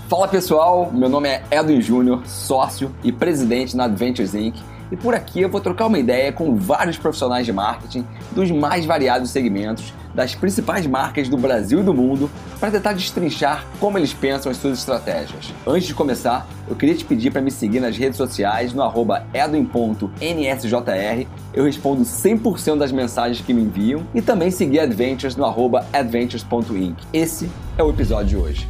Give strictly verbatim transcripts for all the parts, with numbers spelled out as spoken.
Fala pessoal, meu nome é Edwin Júnior, sócio e presidente na Adventures incorporated. E por aqui eu vou trocar uma ideia com vários profissionais de marketing dos mais variados segmentos, das principais marcas do Brasil e do mundo, para tentar destrinchar como eles pensam as suas estratégias. Antes de começar, eu queria te pedir para me seguir nas redes sociais no arroba edwin ponto n s j r. Eu respondo cem por cento das mensagens que me enviam e também seguir a Adventures no arroba adventures ponto inc. Esse é o episódio de hoje.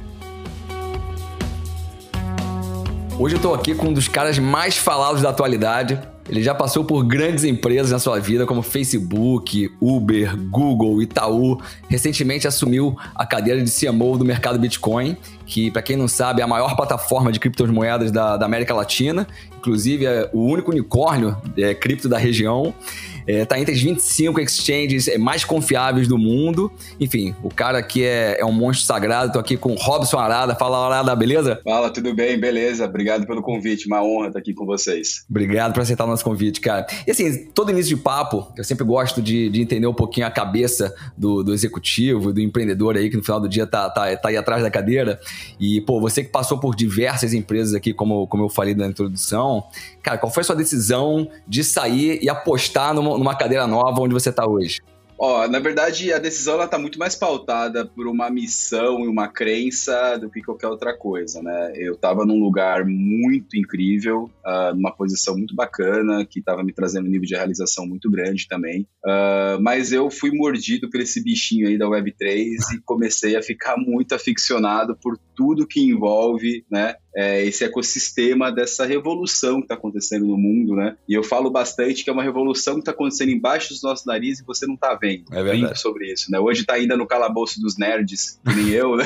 Hoje eu tô aqui com um dos caras mais falados da atualidade. Ele já passou por grandes empresas na sua vida, como Facebook, Uber, Google, Itaú. Recentemente assumiu a cadeira de C M O do mercado Bitcoin, que, para quem não sabe, é a maior plataforma de criptomoedas da, da América Latina. Inclusive, é o único unicórnio é, cripto da região. Está é, entre as vinte e cinco exchanges mais confiáveis do mundo. Enfim, o cara aqui é, é um monstro sagrado. Estou aqui com o Robson Arada. Fala, Arada, beleza? Fala, tudo bem? Beleza. Obrigado pelo convite. Uma honra estar aqui com vocês. Obrigado por aceitar o nosso convite, cara. E assim, todo início de papo, eu sempre gosto de, de entender um pouquinho a cabeça do, do executivo, do empreendedor aí, que no final do dia tá, tá, tá aí atrás da cadeira. E, pô, você que passou por diversas empresas aqui, como, como eu falei na introdução, cara, qual foi a sua decisão de sair e apostar numa, numa cadeira nova onde você está hoje? Ó, na verdade, a decisão ela tá muito mais pautada por uma missão e uma crença do que qualquer outra coisa, né? Eu estava num lugar muito incrível, uh, numa posição muito bacana, que estava me trazendo um nível de realização muito grande também, uh, mas eu fui mordido por esse bichinho aí da web três e comecei a ficar muito aficionado por tudo que envolve, né, é, esse ecossistema dessa revolução que está acontecendo no mundo, né? E eu falo bastante que é uma revolução que está acontecendo embaixo dos nossos narizes e você não está vendo. É verdade. Brinco sobre isso, né? Hoje está ainda no calabouço dos nerds, que nem eu, né?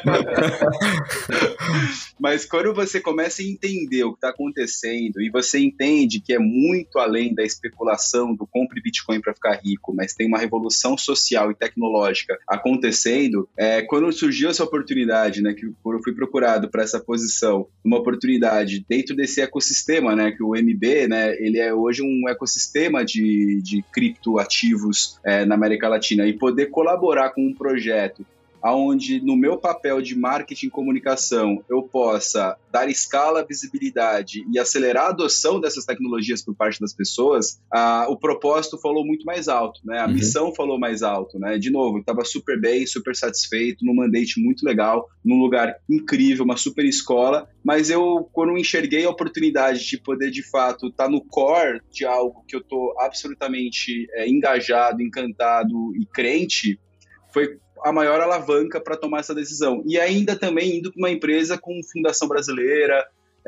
Mas quando você começa a entender o que está acontecendo e você entende que é muito além da especulação do compre Bitcoin para ficar rico, mas tem uma revolução social e tecnológica acontecendo, é, quando surgiu essa oportunidade, né, que eu fui procurado para essa posição, uma oportunidade dentro desse ecossistema, né, que o M B, né, ele é hoje um ecossistema de, de criptoativos é, na América Latina, e poder colaborar com um projeto onde no meu papel de marketing e comunicação eu possa dar escala, visibilidade e acelerar a adoção dessas tecnologias por parte das pessoas, ah, o propósito falou muito mais alto, né? A uhum. missão falou mais alto, né? De novo, eu estava super bem, super satisfeito, num mandate muito legal, num lugar incrível, uma super escola, mas eu, quando enxerguei a oportunidade de poder, de fato, estar tá no core de algo que eu estou absolutamente é, engajado, encantado e crente, foi a maior alavanca para tomar essa decisão. E ainda também indo para uma empresa com fundação brasileira,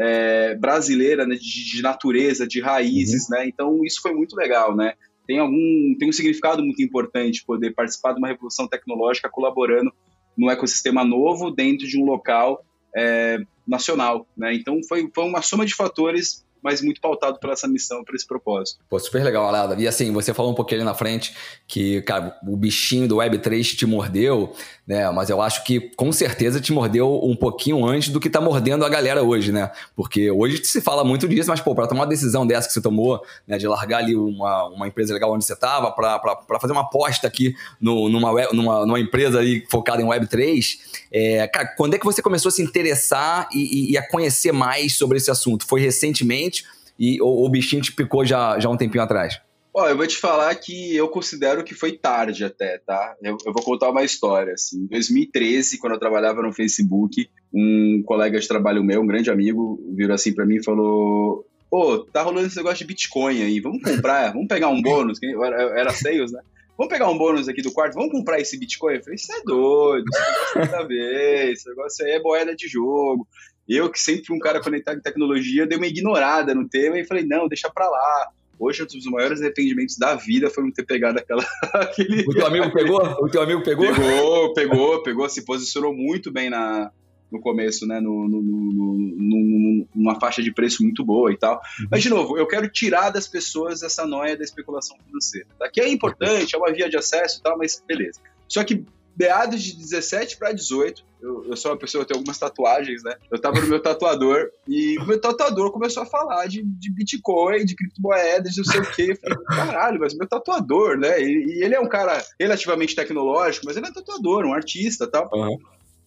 é, brasileira, né, de, de natureza, de raízes, uhum. né? Então isso foi muito legal, né? Tem, algum, tem um significado muito importante poder participar de uma revolução tecnológica colaborando num ecossistema novo dentro de um local é, nacional, né? Então foi, foi uma soma de fatores, mas muito pautado por essa missão, por esse propósito. Pô, super legal, Arada. E assim, você falou um pouquinho ali na frente que, cara, o bichinho do web três te mordeu, né? Mas eu acho que com certeza te mordeu um pouquinho antes do que tá mordendo a galera hoje, né? Porque hoje se fala muito disso, mas, pô, pra tomar uma decisão dessa que você tomou, né, de largar ali uma, uma empresa legal onde você tava, pra, pra, pra fazer uma aposta aqui no, numa, web, numa, numa empresa aí focada em web três, é, cara, quando é que você começou a se interessar e, e, e a conhecer mais sobre esse assunto? Foi recentemente? E o, o bichinho te picou já, já um tempinho atrás? Ó, eu vou te falar que eu considero que foi tarde até, tá? Eu, eu vou contar uma história, assim. Em dois mil e treze, quando eu trabalhava no Facebook, um colega de trabalho meu, um grande amigo, virou assim pra mim e falou: pô, tá rolando esse negócio de Bitcoin aí, vamos comprar, vamos pegar um bônus, eu era, eu era sales, né? Vamos pegar um bônus aqui do quarto, vamos comprar esse Bitcoin? Eu falei, isso é doido, isso é nada a ver, esse negócio aí é moeda de jogo. Eu, que sempre fui um cara conectado em tecnologia, dei uma ignorada no tema e falei, não, deixa pra lá. Hoje, um dos maiores arrependimentos da vida foi não ter pegado aquela... aquele... O teu amigo pegou? O teu amigo pegou? Pegou, pegou, pegou, se posicionou muito bem na, no começo, né, no, no, no, no, numa faixa de preço muito boa e tal. Uhum. Mas, de novo, eu quero tirar das pessoas essa noia da especulação financeira. Tá? Que é importante, é uma via de acesso e tal, mas beleza. Só que meados de dezessete para dezoito, eu, eu sou uma pessoa que tem algumas tatuagens, né? Eu tava no meu tatuador e o meu tatuador começou a falar de, de Bitcoin, de criptomoedas, não sei o quê. Eu falei, caralho, mas meu tatuador, né? E, e ele é um cara relativamente tecnológico, mas ele é um tatuador, um artista e tal. Uhum.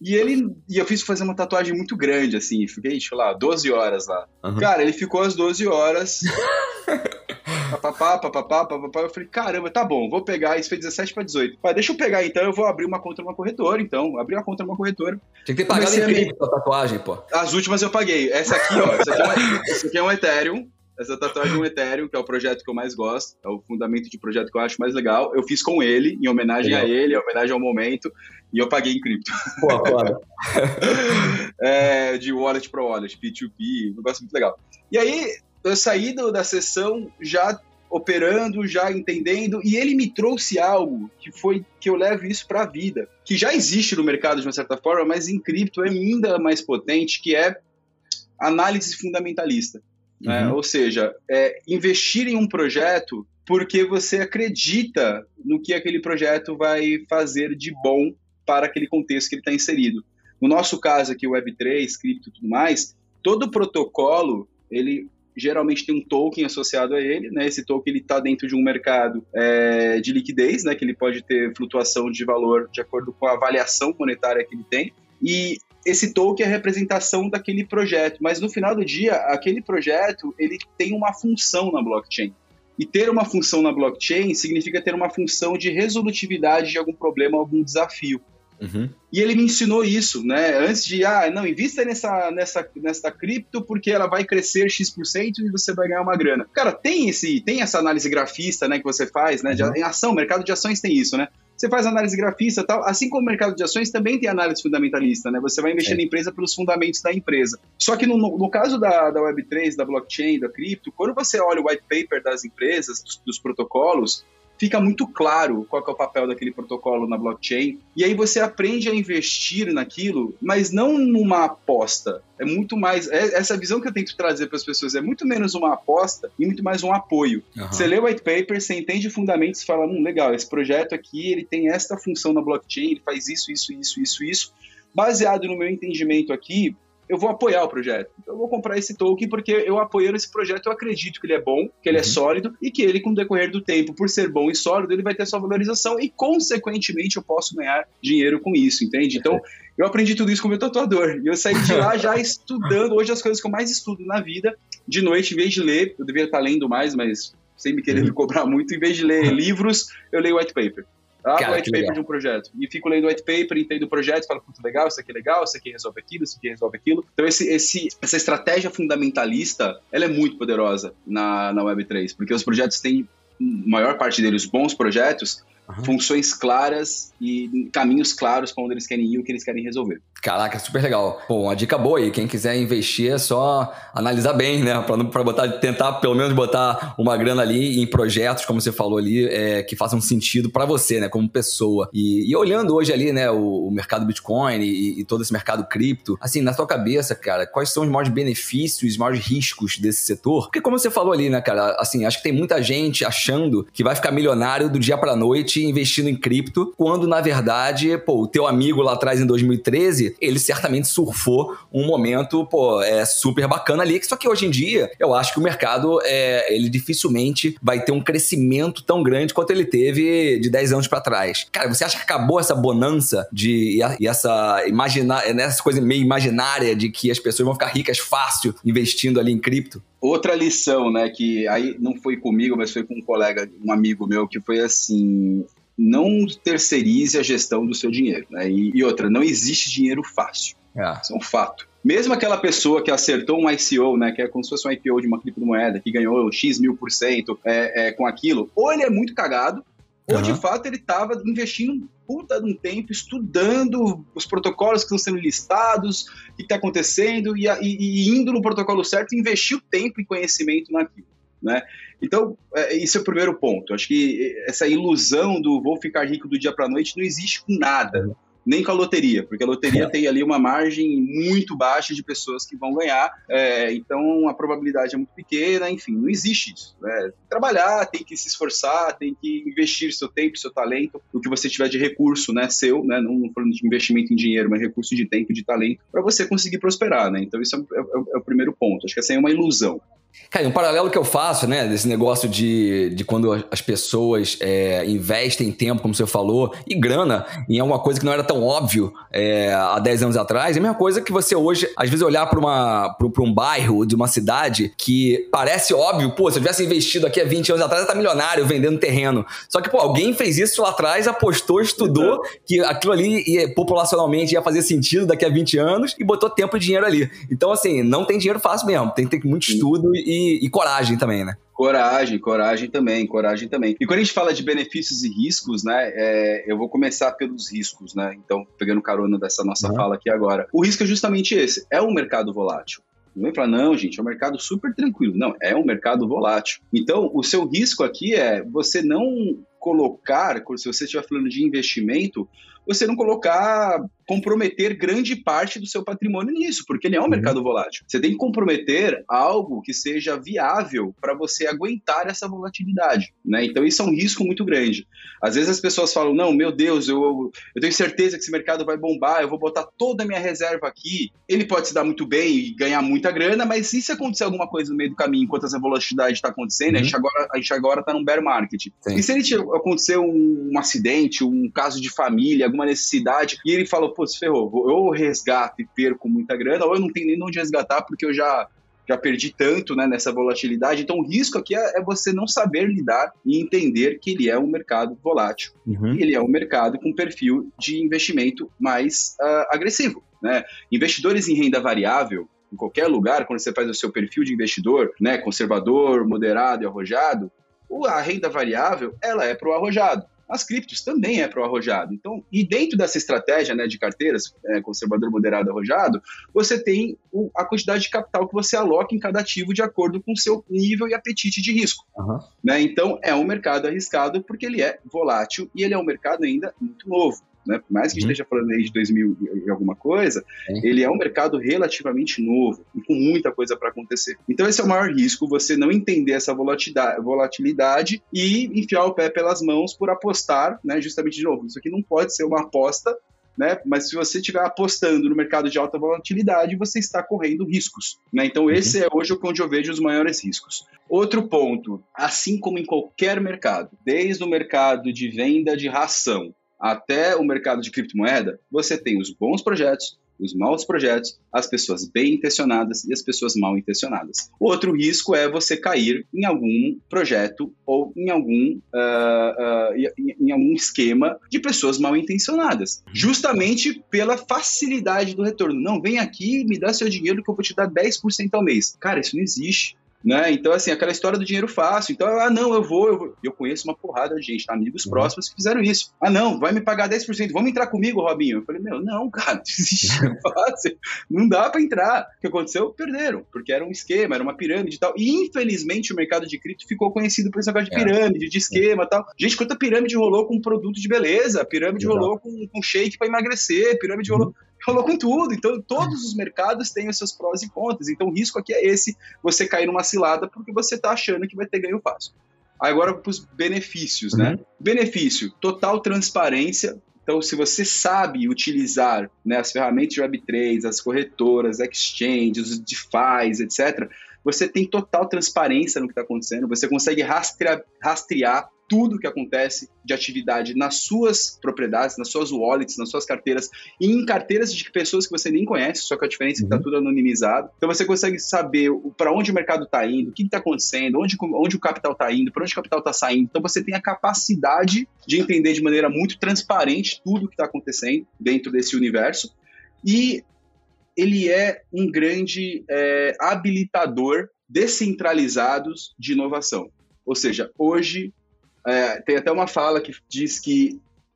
E ele e eu fiz fazer uma tatuagem muito grande, assim, fiquei, sei lá, doze horas lá. Uhum. Cara, ele ficou às doze horas. Papapá, papapá, papapá. Eu falei, caramba, tá bom, vou pegar. Isso foi dezessete para dezoito. Falei, deixa eu pegar então, eu vou abrir uma conta numa corretora, então. Abri uma conta numa corretora. Tinha que ter pagado em cripto a tatuagem, pô. As últimas eu paguei. Essa aqui, ó, essa aqui é um, essa aqui é um Ethereum. Essa tatuagem é um Ethereum, que é o projeto que eu mais gosto, é o fundamento de projeto que eu acho mais legal. Eu fiz com ele, em homenagem legal. a ele, em homenagem ao momento, e eu paguei em cripto. Pô, claro. É, de wallet para wallet, P dois P, um negócio muito legal. E aí, eu saí do, da sessão já operando, já entendendo, e ele me trouxe algo que foi que eu levo isso para a vida, que já existe no mercado de uma certa forma, mas em cripto é ainda mais potente, que é análise fundamentalista. Uhum. É, ou seja, é, investir em um projeto porque você acredita no que aquele projeto vai fazer de bom para aquele contexto que ele está inserido. No nosso caso aqui, o web três, cripto e tudo mais, todo protocolo, ele geralmente tem um token associado a ele, né? Esse token está dentro de um mercado é, de liquidez, né? Que ele pode ter flutuação de valor de acordo com a avaliação monetária que ele tem, e esse token é a representação daquele projeto, mas no final do dia, aquele projeto, ele tem uma função na blockchain. E ter uma função na blockchain significa ter uma função de resolutividade de algum problema, algum desafio. Uhum. E ele me ensinou isso, né? Antes de, ah, não, invista nessa, nessa, nessa cripto porque ela vai crescer X% e você vai ganhar uma grana. Cara, tem, esse, tem essa análise grafista, né, que você faz, né? De, em ação, mercado de ações tem isso, né? Você faz análise grafista e tal, assim como o mercado de ações também tem análise fundamentalista, né? Você vai investir é. na empresa pelos fundamentos da empresa. Só que no, no caso da, da web três, da blockchain, da cripto, quando você olha o white paper das empresas, dos, dos protocolos, fica muito claro qual que é o papel daquele protocolo na blockchain, e aí você aprende a investir naquilo, mas não numa aposta. É muito mais... É, essa visão que eu tento trazer para as pessoas é muito menos uma aposta e muito mais um apoio. Uhum. Você lê o white paper, você entende fundamentos e fala, hum, legal, esse projeto aqui, ele tem esta função na blockchain, ele faz isso, isso, isso, isso, isso. Baseado no meu entendimento aqui, eu vou apoiar o projeto. Eu vou comprar esse token porque eu apoiando esse projeto, eu acredito que ele é bom, que ele uhum. é sólido e que ele, com o decorrer do tempo, por ser bom e sólido, ele vai ter sua valorização e, consequentemente, eu posso ganhar dinheiro com isso, entende? Então, eu aprendi tudo isso com o meu tatuador. E eu saí de lá já estudando. Hoje, as coisas que eu mais estudo na vida, de noite, em vez de ler, eu devia estar lendo mais, mas sem me querer uhum. me cobrar muito, em vez de ler livros, eu leio white paper. Ah, o white paper legal. de um projeto. E fico lendo o white paper, entendo o projeto, falo, puta, legal, isso aqui é legal, isso aqui resolve aquilo, isso aqui resolve aquilo. Então, esse, esse, essa estratégia fundamentalista, ela é muito poderosa na, na web três, porque os projetos têm, a maior parte deles, bons projetos, uhum. funções claras e caminhos claros para onde eles querem ir e o que eles querem resolver. Caraca, super legal. Pô, uma dica boa aí. Quem quiser investir é só analisar bem, né? Pra, pra botar, tentar pelo menos botar uma grana ali em projetos, como você falou ali, é, que façam sentido pra você, né? Como pessoa. E, e olhando hoje ali, né? O, o mercado Bitcoin e, e todo esse mercado cripto, assim, na tua cabeça, cara, quais são os maiores benefícios, os maiores riscos desse setor? Porque como você falou ali, né, cara? Assim, acho que tem muita gente achando que vai ficar milionário do dia pra noite investindo em cripto, quando, na verdade, pô, o teu amigo lá atrás, em dois mil e treze, ele certamente surfou um momento, pô, é super bacana ali, só que hoje em dia, eu acho que o mercado, é, ele dificilmente vai ter um crescimento tão grande quanto ele teve de dez anos pra trás. Cara, você acha que acabou essa bonança de, e essa, imaginar, essa coisa meio imaginária de que as pessoas vão ficar ricas fácil investindo ali em cripto? Outra lição, né, que aí não foi comigo, mas foi com um colega, um amigo meu, que foi assim... Não terceirize a gestão do seu dinheiro, né? E, e outra, não existe dinheiro fácil. É. Isso é um fato. Mesmo aquela pessoa que acertou um I C O, né? Que é como se fosse um I P O de uma criptomoeda, que ganhou X mil por cento é, é, com aquilo, ou ele é muito cagado, ou uhum. de fato ele estava investindo um puta de um tempo, estudando os protocolos que estão sendo listados, o que está acontecendo, e, e, e indo no protocolo certo, investiu tempo e conhecimento naquilo. Né? Então, é, esse é o primeiro ponto. Acho que essa ilusão do vou ficar rico do dia para a noite não existe com nada, nem com a loteria, porque a loteria é. tem ali uma margem muito baixa de pessoas que vão ganhar, é, então a probabilidade é muito pequena, enfim, não existe isso. Né? Trabalhar, tem que se esforçar, tem que investir seu tempo, seu talento, o que você tiver de recurso, né, seu, né, não falando de investimento em dinheiro, mas recurso de tempo e de talento, para você conseguir prosperar. Né? Então, isso é, é, é o primeiro ponto. Acho que essa é uma ilusão. Cara, um paralelo que eu faço, né, desse negócio de, de quando as pessoas é, investem tempo, como você falou, e grana em alguma coisa que não era tão óbvio é, há dez anos atrás, é a mesma coisa que você hoje, às vezes, olhar para um bairro de uma cidade que parece óbvio, pô, se eu tivesse investido aqui há vinte anos atrás, eu tá milionário vendendo terreno. Só que, pô, alguém fez isso lá atrás, apostou, estudou que aquilo ali ia, populacionalmente ia fazer sentido daqui a vinte anos e botou tempo e dinheiro ali. Então, assim, não tem dinheiro fácil mesmo, tem que ter muito estudo e E, e coragem também, né? Coragem, coragem também, coragem também. E quando a gente fala de benefícios e riscos, né, é, eu vou começar pelos riscos, né? Então, pegando carona dessa nossa uhum. fala aqui agora. O risco é justamente esse, é um mercado volátil. Não vem falar, não, gente, é um mercado super tranquilo. Não, é um mercado volátil. Então, o seu risco aqui é você não colocar, se você estiver falando de investimento, você não colocar, comprometer grande parte do seu patrimônio nisso, porque ele é um uhum. mercado volátil. Você tem que comprometer algo que seja viável para você aguentar essa volatilidade, né? Então, isso é um risco muito grande. Às vezes as pessoas falam, não, meu Deus, eu, eu tenho certeza que esse mercado vai bombar, eu vou botar toda a minha reserva aqui. Ele pode se dar muito bem e ganhar muita grana, mas e se acontecer alguma coisa no meio do caminho, enquanto essa volatilidade está acontecendo, uhum. a gente agora a gente agora está num bear market. Sim. E se ele acontecer um, um acidente, um caso de família, alguma necessidade, e ele fala, pô, se ferrou, eu resgato e perco muita grana, ou eu não tenho nem onde resgatar porque eu já, já perdi tanto, né, nessa volatilidade. Então o risco aqui é, é você não saber lidar e entender que ele é um mercado volátil. Uhum. Ele é um mercado com perfil de investimento mais uh, agressivo, né? Investidores em renda variável, em qualquer lugar, quando você faz o seu perfil de investidor, né, conservador, moderado e arrojado, a renda variável, ela é para o arrojado. As criptos também é para o arrojado. Então, e dentro dessa estratégia, né, de carteiras, é, conservador, moderado, arrojado, você tem o, a quantidade de capital que você aloca em cada ativo de acordo com o seu nível e apetite de risco. Uhum. Né? Então, é um mercado arriscado porque ele é volátil e ele é um mercado ainda muito novo. Né? Por mais que a gente uhum. esteja falando aí de dois mil e alguma coisa, é. ele é um mercado relativamente novo e com muita coisa para acontecer. Então esse é o maior risco, você não entender essa volatilidade, volatilidade e enfiar o pé pelas mãos por apostar, né? Justamente de novo, isso aqui não pode ser uma aposta, né? Mas se você estiver apostando no mercado de alta volatilidade, você está correndo riscos, né? Então esse uhum. é hoje onde eu vejo os maiores riscos. Outro ponto, assim como em qualquer mercado, desde o mercado de venda de ração até o mercado de criptomoeda, você tem os bons projetos, os maus projetos, as pessoas bem intencionadas e as pessoas mal intencionadas. Outro risco é você cair em algum projeto ou em algum, uh, uh, em, em algum esquema de pessoas mal intencionadas, justamente pela facilidade do retorno. Não, vem aqui e me dá seu dinheiro que eu vou te dar dez por cento ao mês. Cara, isso não existe. Né? Então, assim, aquela história do dinheiro fácil. Então, ah, não, eu vou, eu vou. Eu conheço uma porrada de gente, amigos uhum. próximos que fizeram isso. Ah, não, vai me pagar dez por cento, vamos entrar comigo, Robinho. Eu falei, meu, não, cara, desiste, é fácil. Não dá pra entrar. O que aconteceu? Perderam, porque era um esquema, era uma pirâmide e tal. E, infelizmente, o mercado de cripto ficou conhecido por esse negócio de pirâmide, de esquema e é. tal. Gente, quanta pirâmide rolou com produto de beleza, pirâmide Exato. rolou com, com shake pra emagrecer, pirâmide uhum. rolou... Rolou com tudo, então todos os mercados têm os seus prós e contras, então o risco aqui é esse, você cair numa cilada porque você está achando que vai ter ganho fácil. Agora para os benefícios, uhum. né? Benefício, total transparência, então se você sabe utilizar, né, as ferramentas de web três, as corretoras, exchanges, os DeFi, etcétera, você tem total transparência no que está acontecendo, você consegue rastrear, rastrear tudo que acontece de atividade nas suas propriedades, nas suas wallets, nas suas carteiras, e em carteiras de pessoas que você nem conhece, só que a diferença é que está tudo anonimizado. Então você consegue saber para onde o mercado está indo, o que está acontecendo, onde, onde o capital está indo, para onde o capital está saindo. Então você tem a capacidade de entender de maneira muito transparente tudo o que está acontecendo dentro desse universo, e ele é um grande é, habilitador descentralizados de inovação. Ou seja, hoje É, tem até uma fala que diz que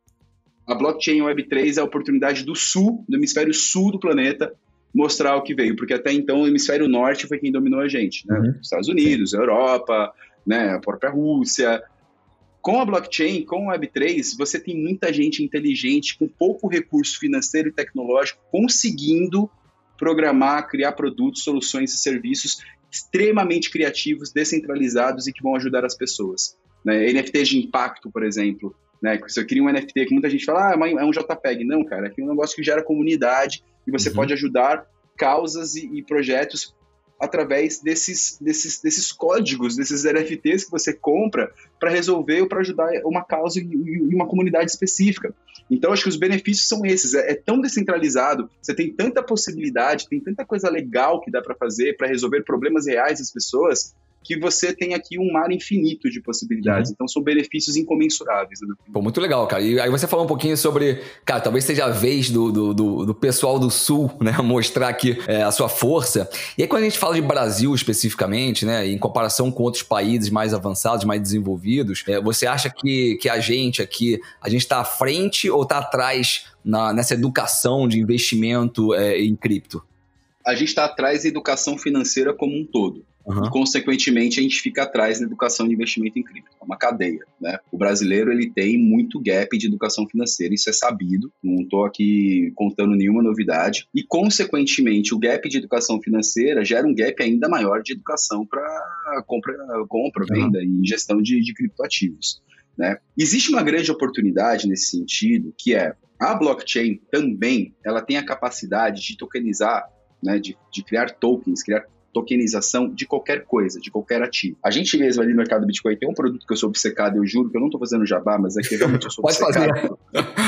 a blockchain web três é a oportunidade do sul, do hemisfério sul do planeta, mostrar o que veio, porque até então o hemisfério norte foi quem dominou a gente, né? Uhum. Os Estados Unidos, a Europa, né? A própria Rússia. Com a blockchain, com a web três, você tem muita gente inteligente, com pouco recurso financeiro e tecnológico, conseguindo programar, criar produtos, soluções e serviços extremamente criativos, descentralizados e que vão ajudar as pessoas. Né? N F Ts de impacto, por exemplo. Né? Se eu queria um N F T que muita gente fala, ah, é um JPEG. Não, cara, aqui é um negócio que gera comunidade e você uhum. pode ajudar causas e, e projetos através desses, desses, desses códigos, desses N F Ts que você compra para resolver ou para ajudar uma causa e uma comunidade específica. Então, acho que os benefícios são esses. É, é tão descentralizado, você tem tanta possibilidade, tem tanta coisa legal que dá para fazer para resolver problemas reais das pessoas, que você tem aqui um mar infinito de possibilidades. Uhum. Então, são benefícios incomensuráveis. Né? Pô, muito legal, cara. E aí você falou um pouquinho sobre, cara, talvez seja a vez do, do, do, do pessoal do Sul, né, mostrar aqui é, a sua força. E aí, quando a gente fala de Brasil especificamente, né, em comparação com outros países mais avançados, mais desenvolvidos, é, você acha que, que a gente aqui, a gente está à frente ou está atrás na, nessa educação de investimento é, em cripto? A gente está atrás da educação financeira como um todo. Uhum. E, consequentemente, a gente fica atrás na educação de investimento em cripto. É uma cadeia, né? O brasileiro, ele tem muito gap de educação financeira, isso é sabido, não estou aqui contando nenhuma novidade. E, consequentemente, o gap de educação financeira gera um gap ainda maior de educação para compra, compra uhum. venda e gestão de, de criptoativos, né? Existe uma grande oportunidade nesse sentido, que é a blockchain também, ela tem a capacidade de tokenizar, né, de, de criar tokens, criar tokenização de qualquer coisa, de qualquer ativo. A gente mesmo ali no mercado do Bitcoin tem um produto que eu sou obcecado, eu juro que eu não estou fazendo jabá, mas é que realmente eu sou obcecado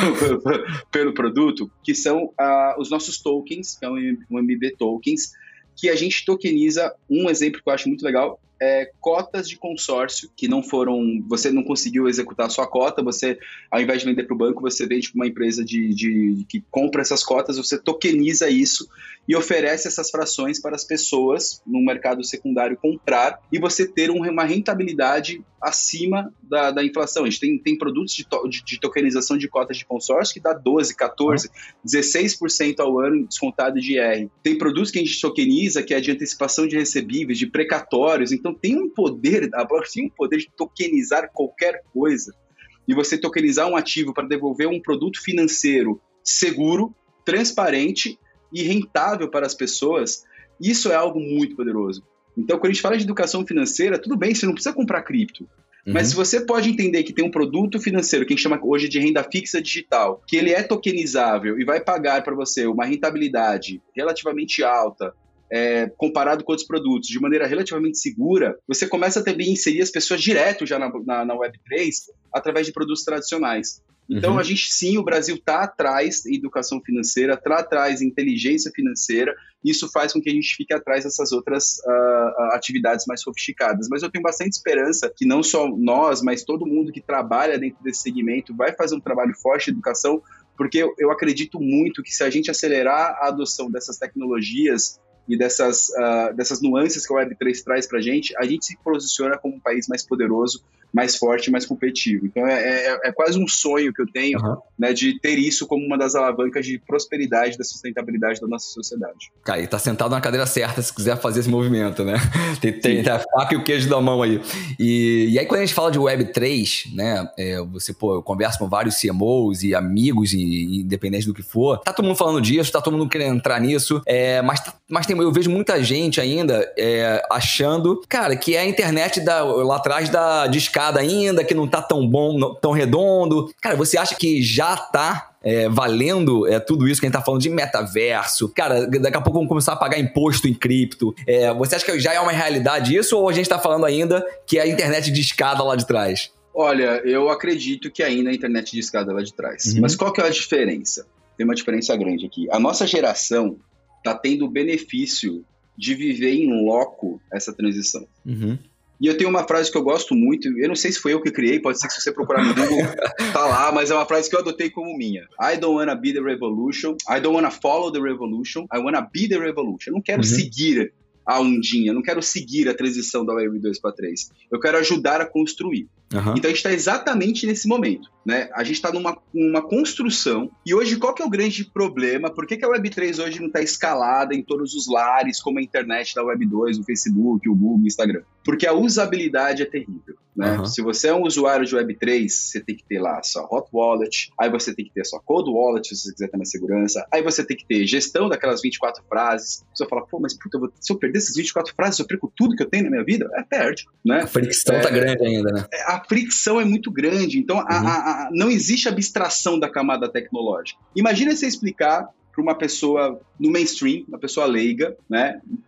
pelo produto, que são uh, os nossos tokens, que é um M B Tokens, que a gente tokeniza. Um exemplo que eu acho muito legal é cotas de consórcio que não foram, você não conseguiu executar a sua cota, você, ao invés de vender para o banco, você vende para uma empresa de, de, que compra essas cotas, você tokeniza isso e oferece essas frações para as pessoas no mercado secundário comprar e você ter uma rentabilidade acima da, da inflação. A gente tem, tem produtos de, to, de, de tokenização de cotas de consórcio que dá doze, quatorze, dezesseis por cento ao ano descontado de I R. Tem produtos que a gente tokeniza que é de antecipação de recebíveis, de precatórios. Então tem um poder, a blockchain tem um poder de tokenizar qualquer coisa. E você tokenizar um ativo para devolver um produto financeiro seguro, transparente e rentável para as pessoas, isso é algo muito poderoso. Então, quando a gente fala de educação financeira, tudo bem, você não precisa comprar cripto. Uhum. Mas se você pode entender que tem um produto financeiro, que a gente chama hoje de renda fixa digital, que ele é tokenizável e vai pagar para você uma rentabilidade relativamente alta, É, comparado com outros produtos, de maneira relativamente segura, você começa também a inserir as pessoas direto já na, na, na web três através de produtos tradicionais. Então, uhum. a gente sim, o Brasil está atrás em educação financeira, está atrás em inteligência financeira, e isso faz com que a gente fique atrás dessas outras uh, atividades mais sofisticadas. Mas eu tenho bastante esperança que não só nós, mas todo mundo que trabalha dentro desse segmento vai fazer um trabalho forte de educação, porque eu, eu acredito muito que se a gente acelerar a adoção dessas tecnologias e dessas, uh, dessas nuances que a web três traz para a gente, a gente se posiciona como um país mais poderoso, mais forte, mais competitivo. Então é, é, é quase um sonho que eu tenho, uhum. né, de ter isso como uma das alavancas de prosperidade e da sustentabilidade da nossa sociedade. Cara, e tá sentado na cadeira certa se quiser fazer esse movimento, né? Tem, tem a faca e o queijo da mão aí. E, e aí quando a gente fala de web três, né, é, você, pô, eu converso com vários C M Os e amigos, e, e independente do que for, tá todo mundo falando disso, tá todo mundo querendo entrar nisso, é, mas, mas tem, eu vejo muita gente ainda é, achando, cara, que é a internet da, lá atrás da discada ainda, que não tá tão bom, não, tão redondo. Cara, você acha que já tá é, valendo é, tudo isso que a gente tá falando de metaverso? Cara, daqui a pouco vamos começar a pagar imposto em cripto. É, você acha que já é uma realidade isso, ou a gente tá falando ainda que é a internet de escada lá de trás? Olha, eu acredito que ainda é a internet de escada lá de trás. Uhum. Mas qual que é a diferença? Tem uma diferença grande aqui. A nossa geração tá tendo o benefício de viver em loco essa transição. Uhum. E eu tenho uma frase que eu gosto muito, eu não sei se foi eu que criei, pode ser que se você procurar no Google, tá lá, mas é uma frase que eu adotei como minha. I don't wanna be the revolution, I don't wanna follow the revolution, I wanna be the revolution. Eu não quero uhum. seguir a ondinha, eu não quero seguir a transição da web dois para três. Eu quero ajudar a construir. Uhum. Então a gente está exatamente nesse momento, né? A gente está numa uma construção, e hoje qual que é o grande problema? Por que, que a web três hoje não está escalada em todos os lares, como a internet da web dois, o Facebook, o Google, o Instagram? Porque a usabilidade é terrível, né? Uhum. Se você é um usuário de web três, você tem que ter lá a sua hot wallet, aí você tem que ter a sua cold wallet, se você quiser ter mais segurança, aí você tem que ter gestão daquelas vinte e quatro frases. Você fala, pô, mas puta, eu vou, se eu perder essas vinte e quatro frases, eu perco tudo que eu tenho na minha vida? É, perde, né? A fricção é, tá grande ainda, né? A fricção é muito grande, então uhum. a, a, a, não existe abstração da camada tecnológica. Imagina você explicar para uma pessoa no mainstream, uma pessoa leiga, né,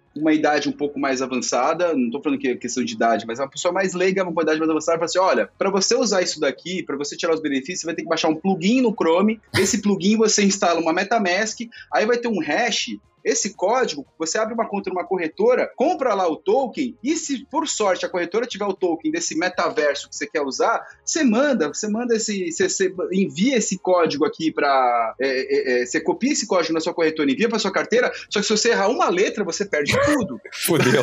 uma idade um pouco mais avançada, não estou falando que é questão de idade, mas uma pessoa mais leiga, uma idade mais avançada, fala assim, olha, para você usar isso daqui, para você tirar os benefícios, você vai ter que baixar um plugin no Chrome, esse plugin você instala uma MetaMask, aí vai ter um hash. Esse código, você abre uma conta numa corretora, compra lá o token e se por sorte a corretora tiver o token desse metaverso que você quer usar, você manda, você manda esse, você, você envia esse código aqui para, é, é, você copia esse código na sua corretora, envia para sua carteira, só que se você errar uma letra, você perde tudo. Fudeu.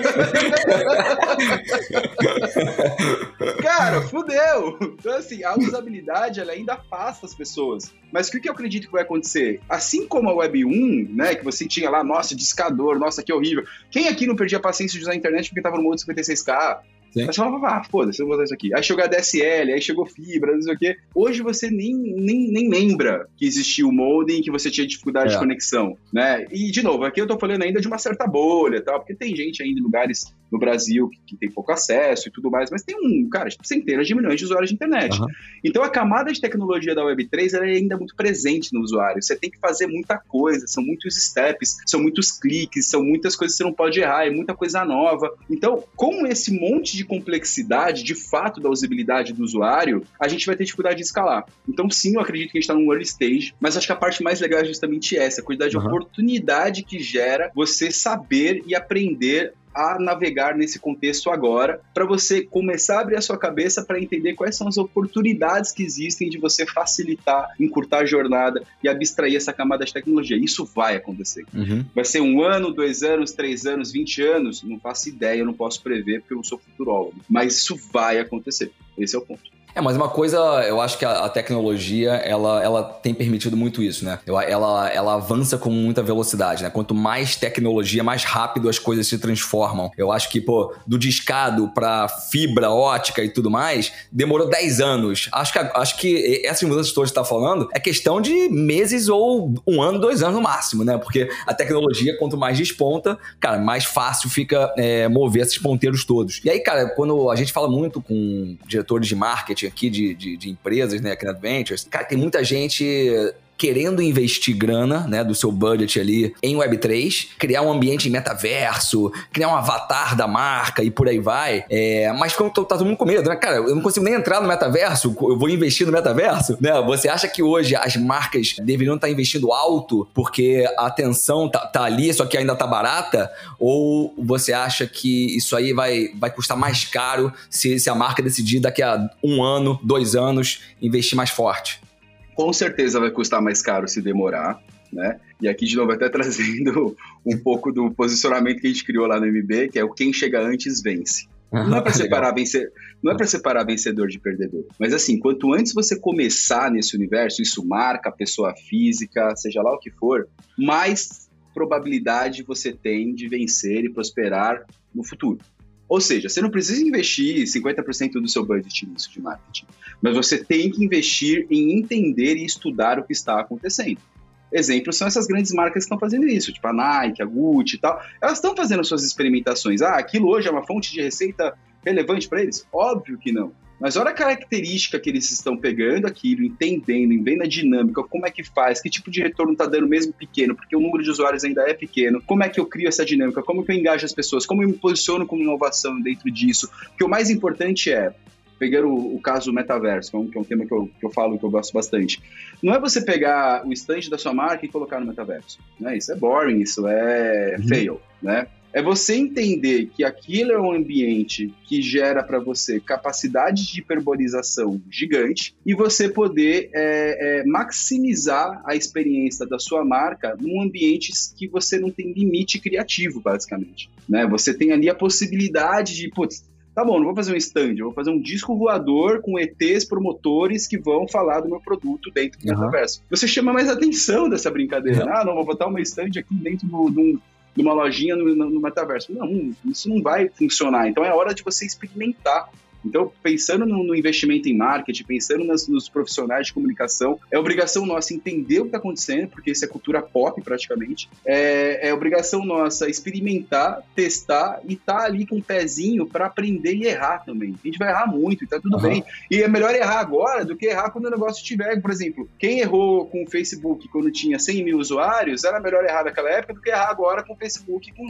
Cara, fudeu. Então assim, a usabilidade ela ainda afasta as pessoas. Mas o que eu acredito que vai acontecer? Assim como a Web um, né, que você tinha lá, nossa, discador, nossa, que horrível. Quem aqui não perdia a paciência de usar a internet porque tava no modo cinquenta e seis K? Aí você falava, ah, foda-se, eu vou usar isso aqui. Aí chegou a D S L, aí chegou fibra, não sei o quê. Hoje você nem, nem, nem lembra que existia o modem, que você tinha dificuldade é. de conexão, né? E, de novo, aqui eu tô falando ainda de uma certa bolha, tal, porque tem gente ainda em lugares no Brasil que, que tem pouco acesso e tudo mais, mas tem um, cara, centenas de milhões de usuários de internet. Uhum. Então a camada de tecnologia da Web três ela é ainda muito presente no usuário. Você tem que fazer muita coisa, são muitos steps, são muitos cliques, são muitas coisas que você não pode errar, é muita coisa nova. Então, com esse monte de complexidade, de fato, da usabilidade do usuário, a gente vai ter dificuldade de escalar. Então, sim, eu acredito que a gente está num early stage, mas acho que a parte mais legal é justamente essa, a quantidade uhum. de oportunidade que gera você saber e aprender a navegar nesse contexto agora, para você começar a abrir a sua cabeça para entender quais são as oportunidades que existem de você facilitar, encurtar a jornada e abstrair essa camada de tecnologia. Isso vai acontecer. Uhum. Vai ser um ano, dois anos, três anos, vinte anos? Não faço ideia, eu não posso prever porque eu não sou futurólogo. Mas isso vai acontecer. Esse é o ponto. É, mas uma coisa, eu acho que a, a tecnologia, ela, ela tem permitido muito isso, né? Ela, ela avança com muita velocidade, né? Quanto mais tecnologia, mais rápido as coisas se transformam. Eu acho que, pô, do discado pra fibra ótica e tudo mais, demorou dez anos. Acho que, acho que essas mudanças todas que você tá falando é questão de meses ou um ano, dois anos no máximo, né? Porque a tecnologia, quanto mais desponta, cara, mais fácil fica é, mover esses ponteiros todos. E aí, cara, quando a gente fala muito com diretores de marketing aqui de, de, de empresas, né, aqui na Adventures, cara, tem muita gente querendo investir grana, né, do seu budget ali em Web três, criar um ambiente em metaverso, criar um avatar da marca e por aí vai. É, mas quando tá todo mundo com medo, né, cara, eu não consigo nem entrar no metaverso, eu vou investir no metaverso, né? Você acha que hoje as marcas deveriam estar investindo alto porque a atenção tá, tá ali, só que ainda tá barata? Ou você acha que isso aí vai, vai custar mais caro se, se a marca decidir daqui a um ano, dois anos, investir mais forte? Com certeza vai custar mais caro se demorar, né? E aqui, de novo, até trazendo um pouco do posicionamento que a gente criou lá no M B, que é o quem chega antes vence. Não é para separar, vencer, não é para separar vencedor de perdedor. Mas assim, quanto antes você começar nesse universo, isso marca a pessoa física, seja lá o que for, mais probabilidade você tem de vencer e prosperar no futuro. Ou seja, você não precisa investir cinquenta por cento do seu budget nisso de marketing, mas você tem que investir em entender e estudar o que está acontecendo. Exemplos são essas grandes marcas que estão fazendo isso, tipo a Nike, a Gucci e tal. Elas estão fazendo suas experimentações. Ah, aquilo hoje é uma fonte de receita relevante para eles? Óbvio que não. Mas olha a característica que eles estão pegando aquilo, entendendo, vendo a dinâmica, como é que faz, que tipo de retorno está dando mesmo pequeno, porque o número de usuários ainda é pequeno, como é que eu crio essa dinâmica, como que eu engajo as pessoas, como eu me posiciono como inovação dentro disso. Porque o mais importante é, pegar o, o caso metaverso, que é um, que é um tema que eu, que eu falo, que eu gosto bastante, não é você pegar o stand da sua marca e colocar no metaverso, né? Isso é boring, isso é uhum. fail, né? É você entender que aquilo é um ambiente que gera para você capacidade de hiperbolização gigante e você poder é, é, maximizar a experiência da sua marca num ambiente que você não tem limite criativo, basicamente, né? Você tem ali a possibilidade de, putz, tá bom, não vou fazer um stand, eu vou fazer um disco voador com E Tês promotores que vão falar do meu produto dentro do uhum. metaverso. Você chama mais atenção dessa brincadeira. Uhum. Ah, não, vou botar uma stand aqui dentro do, do de uma lojinha no, no, no metaverso. Não, isso não vai funcionar. Então é hora de você experimentar Então, pensando no, no investimento em marketing, pensando nas, nos profissionais de comunicação, é obrigação nossa entender o que está acontecendo, porque isso é cultura pop praticamente, é, é obrigação nossa experimentar, testar e estar tá ali com um pezinho para aprender e errar também. A gente vai errar muito e tá tudo uhum. bem. E é melhor errar agora do que errar quando o negócio estiver, por exemplo, quem errou com o Facebook quando tinha cem mil usuários, era melhor errar naquela época do que errar agora com o Facebook com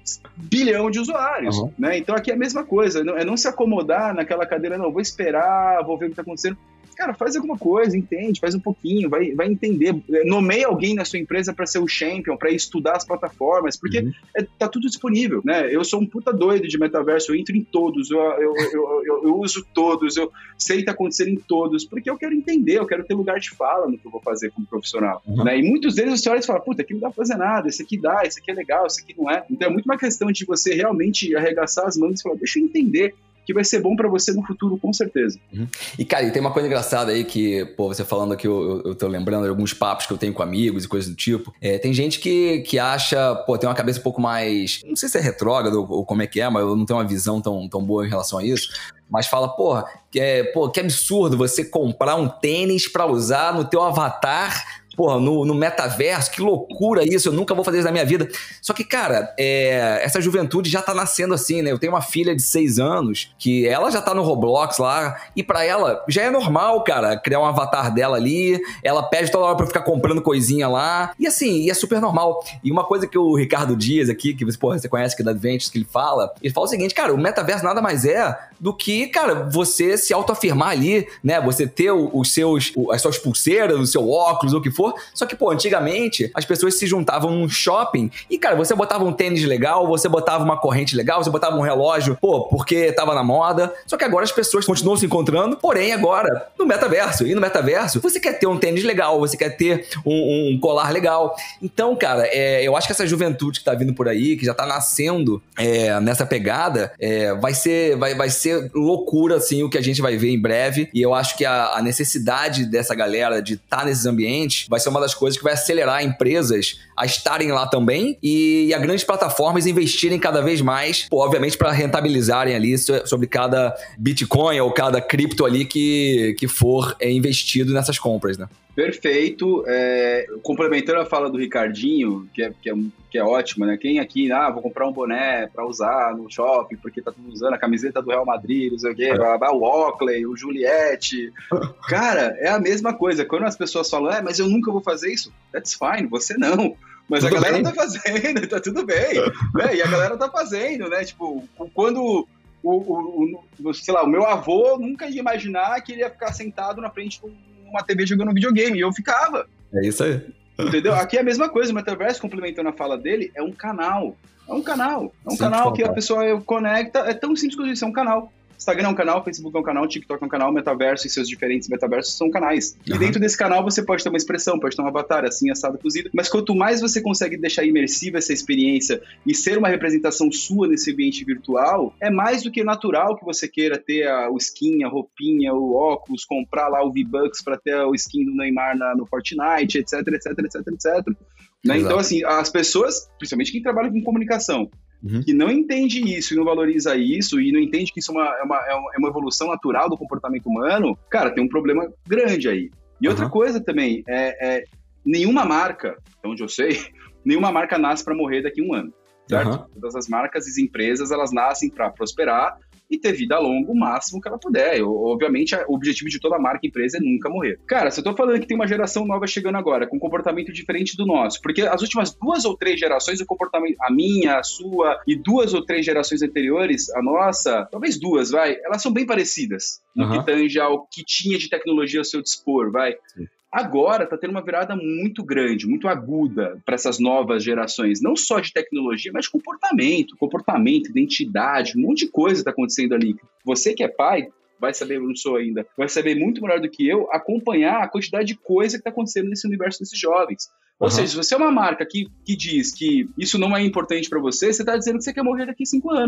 bilhão de usuários, uhum. né? Então aqui é a mesma coisa, é não se acomodar naquela cadeira, não, vou esperar, vou ver o que está acontecendo. Cara, faz alguma coisa, entende, faz um pouquinho, vai, vai entender, nomeia alguém na sua empresa para ser o champion, para estudar as plataformas, porque uhum. é, tá tudo disponível, né? Eu sou um puta doido de metaverso, eu entro em todos, eu, eu, eu, eu, eu uso todos, eu sei o que tá acontecendo em todos, porque eu quero entender, eu quero ter lugar de fala no que eu vou fazer como profissional, uhum. né? E muitos deles você olha e fala, puta, aqui não dá pra fazer nada, esse aqui dá, esse aqui é legal, esse aqui não é. Então é muito uma questão de você realmente arregaçar as mãos e falar, deixa eu entender, que vai ser bom pra você no futuro, com certeza. Uhum. E, cara, e tem uma coisa engraçada aí que, pô, você falando aqui, eu, eu tô lembrando de alguns papos que eu tenho com amigos e coisas do tipo. É, tem gente que, que acha, pô, tem uma cabeça um pouco mais, não sei se é retrógrado ou, ou como é que é, mas eu não tenho uma visão tão, tão boa em relação a isso. Mas fala, porra, que, é, pô, que absurdo você comprar um tênis pra usar no teu avatar, porra, no, no metaverso, que loucura isso, eu nunca vou fazer isso na minha vida. Só que, cara, é, essa juventude já tá nascendo assim, né? Eu tenho uma filha de seis anos, que ela já tá no Roblox lá, e pra ela já é normal, cara, criar um avatar dela ali, ela pede toda hora pra ficar comprando coisinha lá, e assim, e é super normal. E uma coisa que o Ricardo Dias aqui, que você, porra, você conhece aqui da Adventures, que ele fala, ele fala o seguinte, cara, o metaverso nada mais é do que, cara, você se autoafirmar ali, né? Você ter os seus, as suas pulseiras, o seu óculos, o que for. Só que, pô, antigamente as pessoas se juntavam num shopping e, cara, você botava um tênis legal, você botava uma corrente legal, você botava um relógio, pô, porque tava na moda. Só que agora as pessoas continuam se encontrando, porém agora no metaverso. E no metaverso você quer ter um tênis legal, você quer ter um, um colar legal. Então, cara, é, eu acho que essa juventude que tá vindo por aí, que já tá nascendo é, nessa pegada, é, vai ser, vai, vai ser loucura, assim, o que a gente vai ver em breve. E eu acho que a, a necessidade dessa galera de estar tá nesses ambientes vai ser uma das coisas que vai acelerar empresas a estarem lá também e, e a grandes plataformas investirem cada vez mais, pô, obviamente para rentabilizarem ali sobre cada Bitcoin ou cada cripto ali que, que for é, investido nessas compras, né? Perfeito. É, complementando a fala do Ricardinho, que é, que é, que é ótima, né? Quem aqui, ah, vou comprar um boné para usar no shopping, porque tá tudo usando a camiseta do Real Madrid, não sei o quê, é. o Oakley, o Juliette. Cara, é a mesma coisa. Quando as pessoas falam, é, mas eu nunca vou fazer isso, that's fine, você não. Mas tudo a galera bem. Tá fazendo, tá tudo bem. Né? E a galera tá fazendo, né? Tipo, quando... O, o, o, sei lá, o meu avô nunca ia imaginar que ele ia ficar sentado na frente de uma T V jogando videogame, e eu ficava. É isso aí. Entendeu? Aqui é a mesma coisa, o Metaverso, complementando a fala dele, é um canal. É um canal. É um Sim, canal que a pessoa conecta, é tão simples quanto isso, é um canal. Instagram é um canal, Facebook é um canal, TikTok é um canal, Metaverso e seus diferentes metaversos são canais. Uhum. E dentro desse canal você pode ter uma expressão, pode ter um avatar, assim, assado, cozido, mas quanto mais você consegue deixar imersiva essa experiência e ser uma representação sua nesse ambiente virtual, é mais do que natural que você queira ter a, o skin, a roupinha, o óculos, comprar lá o V-Bucks para ter o skin do Neymar na, no Fortnite, etc, etc, etc, etc. Né? Então, assim, as pessoas, principalmente quem trabalha com comunicação, Uhum. que não entende isso e não valoriza isso e não entende que isso é uma, é uma, é uma evolução natural do comportamento humano, cara, tem um problema grande aí. E uhum. outra coisa também, é, é nenhuma marca, onde eu sei, nenhuma marca nasce para morrer daqui a um ano, certo? Uhum. Todas as marcas e as empresas, elas nascem para prosperar e ter vida longa o máximo que ela puder. Eu, obviamente, o objetivo de toda marca e empresa é nunca morrer. Cara, se eu tô falando que tem uma geração nova chegando agora, com um comportamento diferente do nosso, porque as últimas duas ou três gerações, o comportamento, a minha, a sua, e duas ou três gerações anteriores, a nossa, talvez duas, vai, elas são bem parecidas no uhum. que tange ao que tinha de tecnologia ao seu dispor, vai. Sim. Agora está tendo uma virada muito grande, muito aguda para essas novas gerações, não só de tecnologia, mas de comportamento, comportamento, identidade, um monte de coisa está acontecendo ali. Você que é pai, vai saber, eu não sou ainda, vai saber muito melhor do que eu acompanhar a quantidade de coisa que está acontecendo nesse universo desses jovens. Ou uhum. seja, se você é uma marca que, que diz que isso não é importante para você, você está dizendo que você quer morrer daqui a cinco anos.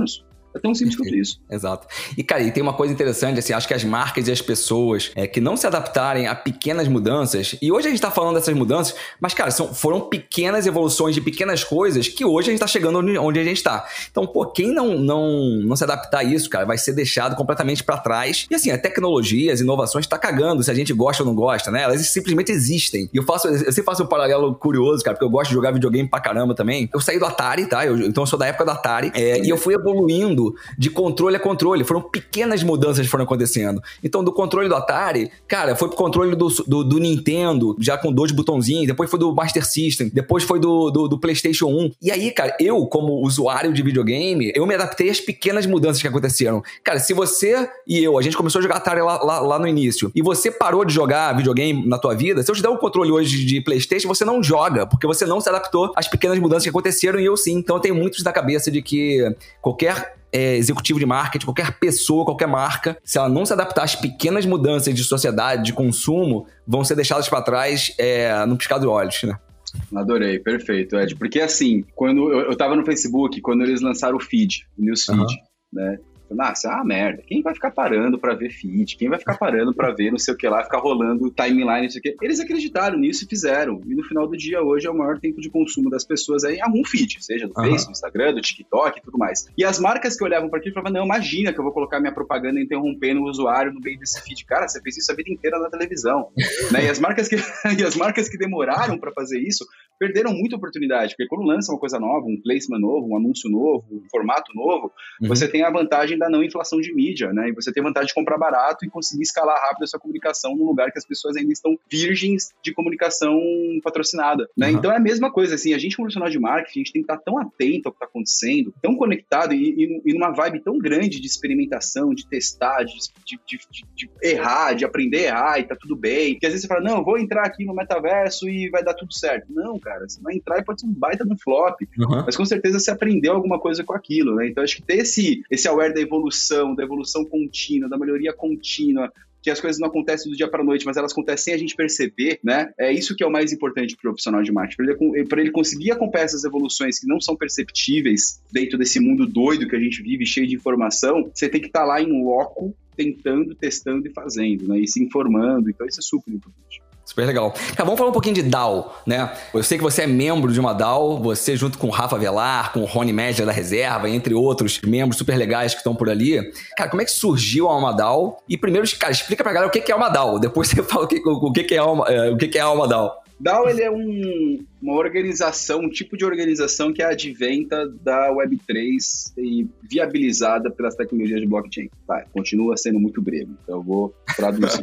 É tão simples quanto isso. Exato. E, cara, e tem uma coisa interessante, assim, acho que as marcas e as pessoas é, que não se adaptarem a pequenas mudanças, e hoje a gente tá falando dessas mudanças, mas, cara, são, foram pequenas evoluções de pequenas coisas que hoje a gente tá chegando onde, onde a gente tá. Então, pô, quem não, não, não se adaptar a isso, cara, vai ser deixado completamente pra trás. E, assim, a tecnologia, as inovações tá cagando se a gente gosta ou não gosta, né? Elas simplesmente existem. E eu faço, eu sempre faço um paralelo curioso, cara, porque eu gosto de jogar videogame pra caramba também. Eu saí do Atari, tá? Eu, então eu sou da época do Atari, é, e eu fui evoluindo de controle a controle. Foram pequenas mudanças que foram acontecendo. Então, do controle do Atari, cara, foi pro controle do, do, do Nintendo, já com dois botãozinhos, depois foi do Master System, depois foi do, do, do PlayStation um. E aí, cara, eu, como usuário de videogame, eu me adaptei às pequenas mudanças que aconteceram. Cara, se você e eu, a gente começou a jogar Atari lá, lá, lá no início, e você parou de jogar videogame na tua vida, se eu te der um controle hoje de PlayStation, você não joga, porque você não se adaptou às pequenas mudanças que aconteceram, e eu sim. Então, eu tenho muito na cabeça de que qualquer é, executivo de marketing, qualquer pessoa, qualquer marca, se ela não se adaptar às pequenas mudanças de sociedade, de consumo, vão ser deixadas para trás é, no piscar de olhos, né? Adorei, perfeito, Ed. Porque assim, quando eu, eu tava no Facebook, quando eles lançaram o feed, o newsfeed, uhum. né? Nossa, é uma merda. Quem vai ficar parando pra ver feed? Quem vai ficar parando pra ver não sei o que lá, ficar rolando timeline, não sei o que? Eles acreditaram nisso e fizeram. E no final do dia, hoje, é o maior tempo de consumo das pessoas aí em algum feed, seja do uhum. Facebook, do Instagram, do TikTok e tudo mais. E as marcas que olhavam pra aquilo falavam, não, imagina que eu vou colocar minha propaganda interrompendo o usuário no meio desse feed. Cara, você fez isso a vida inteira na televisão. né? E, as marcas que, e as marcas que demoraram pra fazer isso perderam muita oportunidade, porque quando lança uma coisa nova, um placement novo, um anúncio novo, um formato novo, uhum. você tem a vantagem da não inflação de mídia, né? E você tem vantagem de comprar barato e conseguir escalar rápido a sua comunicação num lugar que as pessoas ainda estão virgens de comunicação patrocinada, né? Uhum. Então é a mesma coisa, assim, a gente como profissional de marketing, a gente tem que estar tão atento ao que está acontecendo, tão conectado e, e, e numa vibe tão grande de experimentação, de testar, de, de, de, de errar, de aprender a errar e tá tudo bem. Porque às vezes você fala, não, eu vou entrar aqui no metaverso e vai dar tudo certo. Não, cara, você vai entrar e pode ser um baita de um flop, uhum. mas com certeza você aprendeu alguma coisa com aquilo, né? Então acho que ter esse, esse aware da evolução, da evolução contínua, da melhoria contínua, que as coisas não acontecem do dia para a noite, mas elas acontecem sem a gente perceber, né? É isso que é o mais importante para o profissional de marketing, para ele, para ele conseguir acompanhar essas evoluções que não são perceptíveis dentro desse mundo doido que a gente vive, cheio de informação. Você tem que estar lá em loco, tentando, testando e fazendo, né? E se informando. Então isso é super importante. Super legal. Cara, vamos falar um pouquinho de D A O, né? Eu sei que você é membro de uma D A O, você junto com o Rafa Velar, com o Rony Média da Reserva, entre outros membros super legais que estão por ali. Cara, como é que surgiu a Alma D A O? E primeiro, cara, explica pra galera o que é a Alma D A O. Depois você fala o que, o que é a Alma, o que é a Alma D A O. D A O, ele é um, uma organização, um tipo de organização que é adventa da web três e viabilizada pelas tecnologias de blockchain. Tá, continua sendo muito breve, então eu vou traduzir.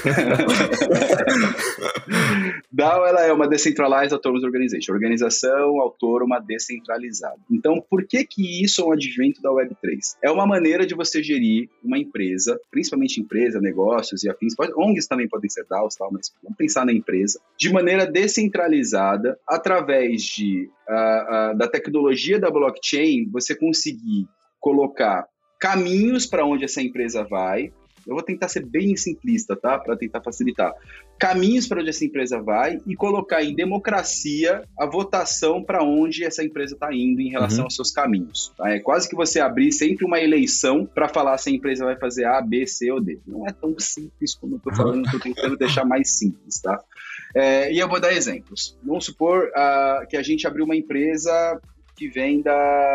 D A O, ela é uma Decentralized Autonomous Organization, organização autônoma descentralizada. Então, por que que isso é um advento da web três? É uma maneira de você gerir uma empresa, principalmente empresa, negócios e afins, pode, O N Gs também podem ser D A Os, tal, mas vamos pensar na empresa, de maneira descentralizada, através de, uh, uh, da tecnologia da blockchain, você conseguir colocar caminhos para onde essa empresa vai. Eu vou tentar ser bem simplista, tá? Para tentar facilitar. Caminhos para onde essa empresa vai e colocar em democracia a votação para onde essa empresa está indo em relação uhum. aos seus caminhos. Tá? É quase que você abrir sempre uma eleição para falar se a empresa vai fazer A, B, C ou D. Não é tão simples como eu estou falando, estou tentando deixar mais simples, tá? É, e eu vou dar exemplos. Vamos supor uh, que a gente abriu uma empresa que venda...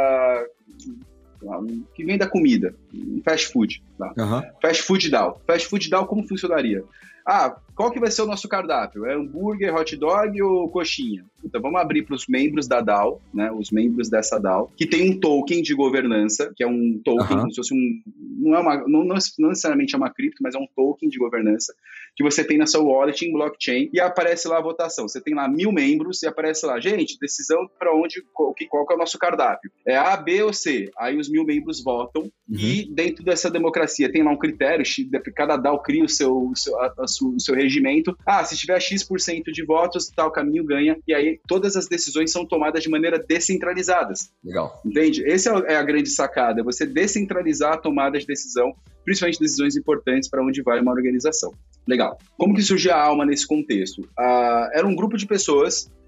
que venda comida, um fast food. Tá? Uhum. Fast food D A O. Fast food D A O como funcionaria? Ah, qual que vai ser o nosso cardápio? É hambúrguer, hot dog ou coxinha? Então vamos abrir para os membros da D A O, né? Os membros dessa D A O, que tem um token de governança, que é um token, uhum. como se fosse um... Não, é uma, não, não necessariamente é uma cripto, mas é um token de governança que você tem na sua wallet em blockchain e aparece lá a votação. Você tem lá mil membros e aparece lá, gente, decisão para onde, qual, qual que é o nosso cardápio? É A, B ou C? Aí os mil membros votam uhum. e dentro dessa democracia tem lá um critério, cada D A O cria o seu, o seu, a, a, o seu regimento. Ah, se tiver X% de votos, tal caminho ganha. E aí todas as decisões são tomadas de maneira descentralizadas. Legal. Entende? Essa é a grande sacada, é você descentralizar a tomada de decisão, principalmente decisões importantes para onde vai uma organização. Legal. Como que surgiu a Alma nesse contexto? Ah, era um grupo de pessoas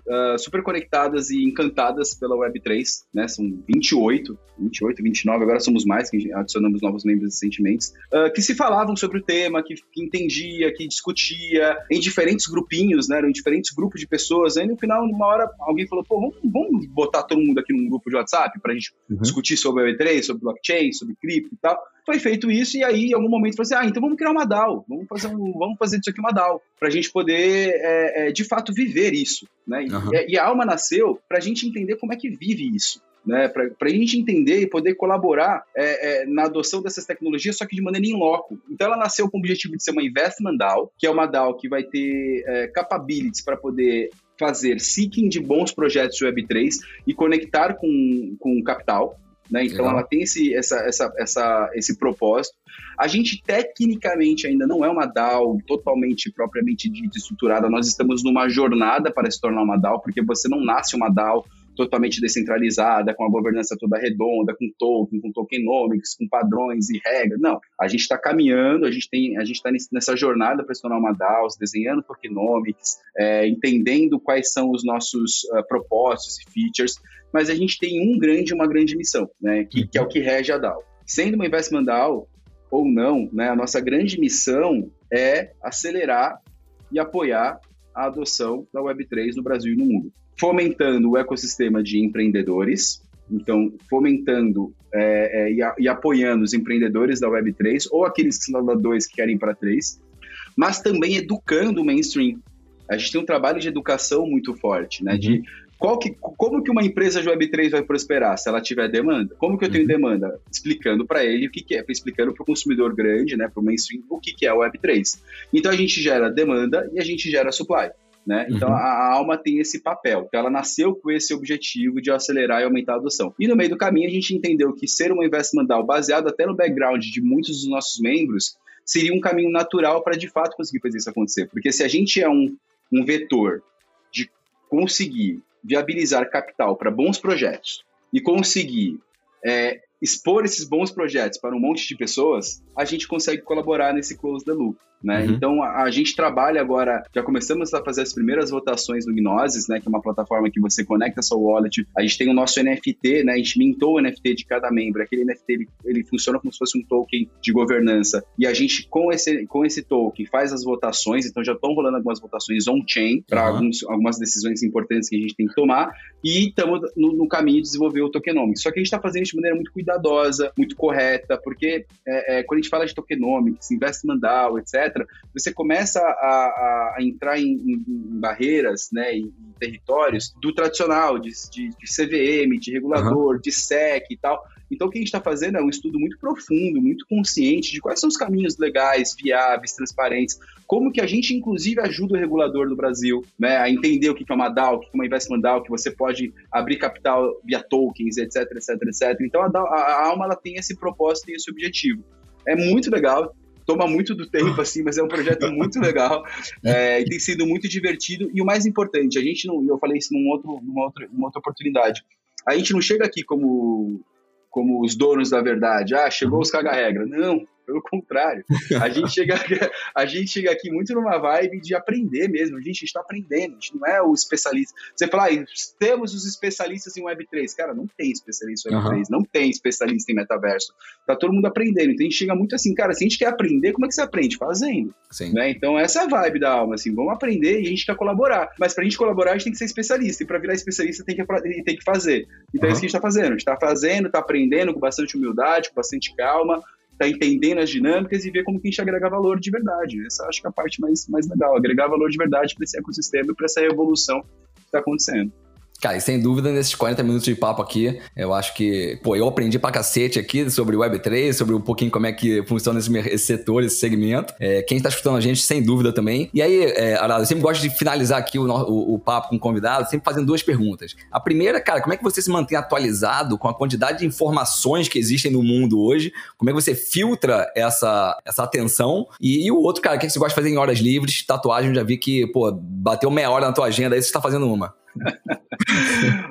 uh, super conectadas e encantadas pela Web três, né? São vinte e oito, vinte e oito, vinte e nove, agora somos mais, que adicionamos novos membros recentemente, uh, que se falavam sobre o tema, que, que entendia, que discutia, em diferentes grupinhos, né? Eram em diferentes grupos de pessoas. Aí no final, numa hora, alguém falou, pô, vamos, vamos botar todo mundo aqui num grupo de WhatsApp pra gente uhum. discutir sobre a Web três, sobre blockchain, sobre cripto e tal. Foi feito isso e aí, em algum momento, falou assim, ah, então vamos criar uma D A O, vamos fazer, um, vamos fazer disso aqui uma D A O, pra gente poder, é, é, de fato, viver isso, né? Uhum. E, e a Alma nasceu pra gente entender como é que vive isso, né? Pra, pra gente entender e poder colaborar é, é, na adoção dessas tecnologias, só que de maneira in loco. Então, ela nasceu com o objetivo de ser uma Investment D A O, que é uma D A O que vai ter é, capabilities para poder fazer seeking de bons projetos de Web três e conectar com, com capital, né? Então, Legal. Ela tem esse, essa, essa, essa, esse propósito. A gente, tecnicamente, ainda não é uma D A O totalmente, propriamente dita, estruturada. Nós estamos numa jornada para se tornar uma D A O, porque você não nasce uma D A O totalmente descentralizada, com a governança toda redonda, com token, com tokenomics, com padrões e regras. Não, a gente está caminhando, a gente tem, a gente está nessa jornada para se tornar uma D A O, desenhando tokenomics, é, entendendo quais são os nossos uh, propósitos e features, mas a gente tem um grande, uma grande missão, né, que, que é o que rege a D A O. Sendo uma Investment D A O ou não, né, a nossa grande missão é acelerar e apoiar a adoção da Web três no Brasil e no mundo, fomentando o ecossistema de empreendedores, então fomentando é, é, e, a, e apoiando os empreendedores da Web três ou aqueles dois que querem para três, mas também educando o mainstream. A gente tem um trabalho de educação muito forte, né? De qual que, como que uma empresa de Web três vai prosperar se ela tiver demanda? Como que eu tenho uhum. demanda? Explicando para ele o que, que é, explicando para o consumidor grande, né, para o mainstream, o que, que é a Web três. Então a gente gera demanda e a gente gera supply. Né? Então, uhum. a, a Alma tem esse papel. Então, ela nasceu com esse objetivo de acelerar e aumentar a adoção. E no meio do caminho, a gente entendeu que ser uma Investment D A O, baseado até no background de muitos dos nossos membros, seria um caminho natural para, de fato, conseguir fazer isso acontecer. Porque se a gente é um, um vetor de conseguir viabilizar capital para bons projetos e conseguir é, expor esses bons projetos para um monte de pessoas, a gente consegue colaborar nesse close the loop, né? Uhum. Então, a, a gente trabalha agora, já começamos a fazer as primeiras votações no Gnosis, né? Que é uma plataforma que você conecta a sua wallet. A gente tem o nosso N F T, né? A gente mintou o N F T de cada membro. Aquele N F T, ele, ele funciona como se fosse um token de governança. E a gente, com esse, com esse token, faz as votações. Então, já estão rolando algumas votações on-chain para uhum. algumas decisões importantes que a gente tem que tomar. E estamos no, no caminho de desenvolver o tokenomics. Só que a gente está fazendo isso de maneira muito cuidadosa, muito correta, porque é, é, quando a gente fala de tokenomics, investment D A O, etcétera, você começa a, a entrar em, em, em barreiras, né, em, em territórios do tradicional, de, de, de C V M, de regulador, uhum. de S E C e tal. Então, o que a gente está fazendo é um estudo muito profundo, muito consciente de quais são os caminhos legais, viáveis, transparentes, como que a gente, inclusive, ajuda o regulador do Brasil, né, a entender o que é uma D A O, o que é uma investment D A O, que você pode abrir capital via tokens, etc, etc, etcétera. Então, a, D A O, a Alma ela tem esse propósito e esse objetivo. É muito legal, toma muito do tempo, assim, mas é um projeto muito legal, é, e tem sido muito divertido. E o mais importante, a gente não, eu falei isso num outro, numa, outra, numa outra oportunidade, a gente não chega aqui como... como os donos da verdade, ah, chegou os caga-regra. Não, pelo contrário. A gente, chega, a gente chega aqui muito numa vibe de aprender mesmo. A gente está aprendendo, a gente não é o especialista. Você fala, ah, temos os especialistas em Web três. Cara, não tem especialista em Web três, uhum. não tem especialista em metaverso. Tá todo mundo aprendendo. Então a gente chega muito assim, cara, se a gente quer aprender, como é que você aprende? Fazendo. Sim. Né? Então essa é a vibe da Alma, assim, vamos aprender e a gente quer colaborar. Mas pra gente colaborar, a gente tem que ser especialista. E pra virar especialista, tem que, tem que fazer. Então uhum. é isso que a gente tá fazendo. A gente tá fazendo, tá aprendendo com bastante humildade, com bastante calma, tá entendendo as dinâmicas e ver como que a gente agrega valor de verdade. Essa acho que é a parte mais, mais legal, agregar valor de verdade para esse ecossistema e para essa revolução que está acontecendo. Cara, e sem dúvida, nesses quarenta minutos de papo aqui, eu acho que, pô, eu aprendi pra cacete aqui sobre o Web três, sobre um pouquinho como é que funciona esse, esse setor, esse segmento. É, quem tá escutando a gente, sem dúvida também. E aí, é, Arado, eu sempre gosto de finalizar aqui o, o, o papo com o convidado, sempre fazendo duas perguntas. A primeira, cara, como é que você se mantém atualizado com a quantidade de informações que existem no mundo hoje? Como é que você filtra essa, essa atenção? E, e o outro, cara, o que você gosta de fazer em horas livres? Tatuagem, eu já vi que, pô, bateu meia hora na tua agenda, aí você tá fazendo uma.